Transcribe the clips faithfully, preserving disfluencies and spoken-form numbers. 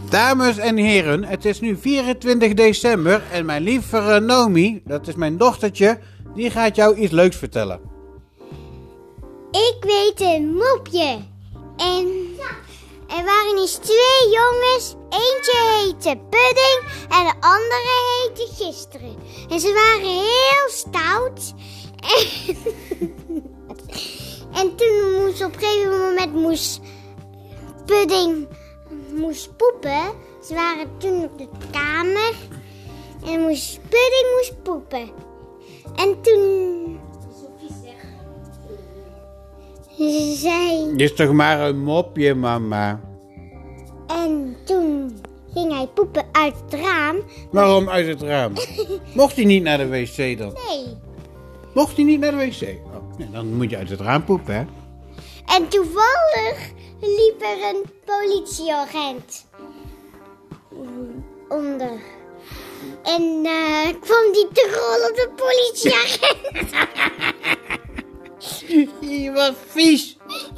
Dames en heren, het is nu vierentwintig december en mijn lieve Nomi, dat is mijn dochtertje, die gaat jou iets leuks vertellen. Ik weet een mopje. En er waren eens twee jongens. Eentje heette Pudding en de andere heette Gisteren. En ze waren heel stout. En, en toen moest op een gegeven moment moest Pudding moest poepen. Ze waren toen op de kamer. En moest, Pudding moest poepen. En toen... Ze zei... Dit is toch maar een mopje, mama. En toen ging hij poepen uit het raam. Waarom uit het raam? Mocht hij niet naar de wc dan? Nee. Mocht hij niet naar de wc? Oh, nee, dan moet je uit het raam poepen, hè? En toevallig liep er een politieagent onder. En uh, kwam die te rollen op de politieagent. Je was vies.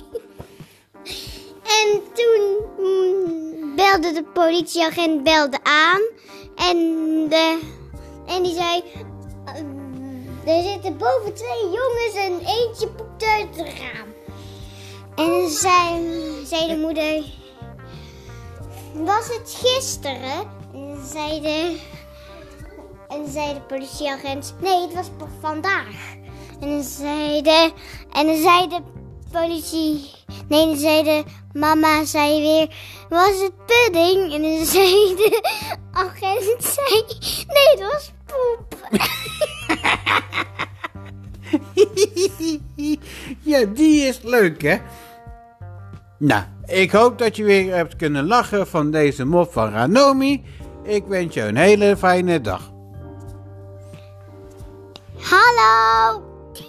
En toen mm, belde de politieagent belde aan. En, de, en die zei... Uh, er zitten boven twee jongens en eentje poept uit het raam. En zei, zei de moeder... Was het gisteren? En zei de, en zei de politieagent... Nee, het was vandaag. En dan zei de, en dan zei de politie... Nee, dan zei de mama zei weer... Was het pudding? En dan zei de agent... Zei, nee, het was poep. Ja, die is leuk, hè? Nou, ik hoop dat je weer hebt kunnen lachen van deze mop van Ranomi. Ik wens je een hele fijne dag. Hallo.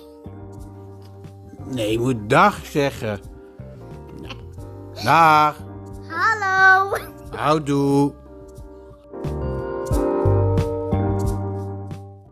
Nee, je moet dag zeggen. Dag. Hallo. Houdoe.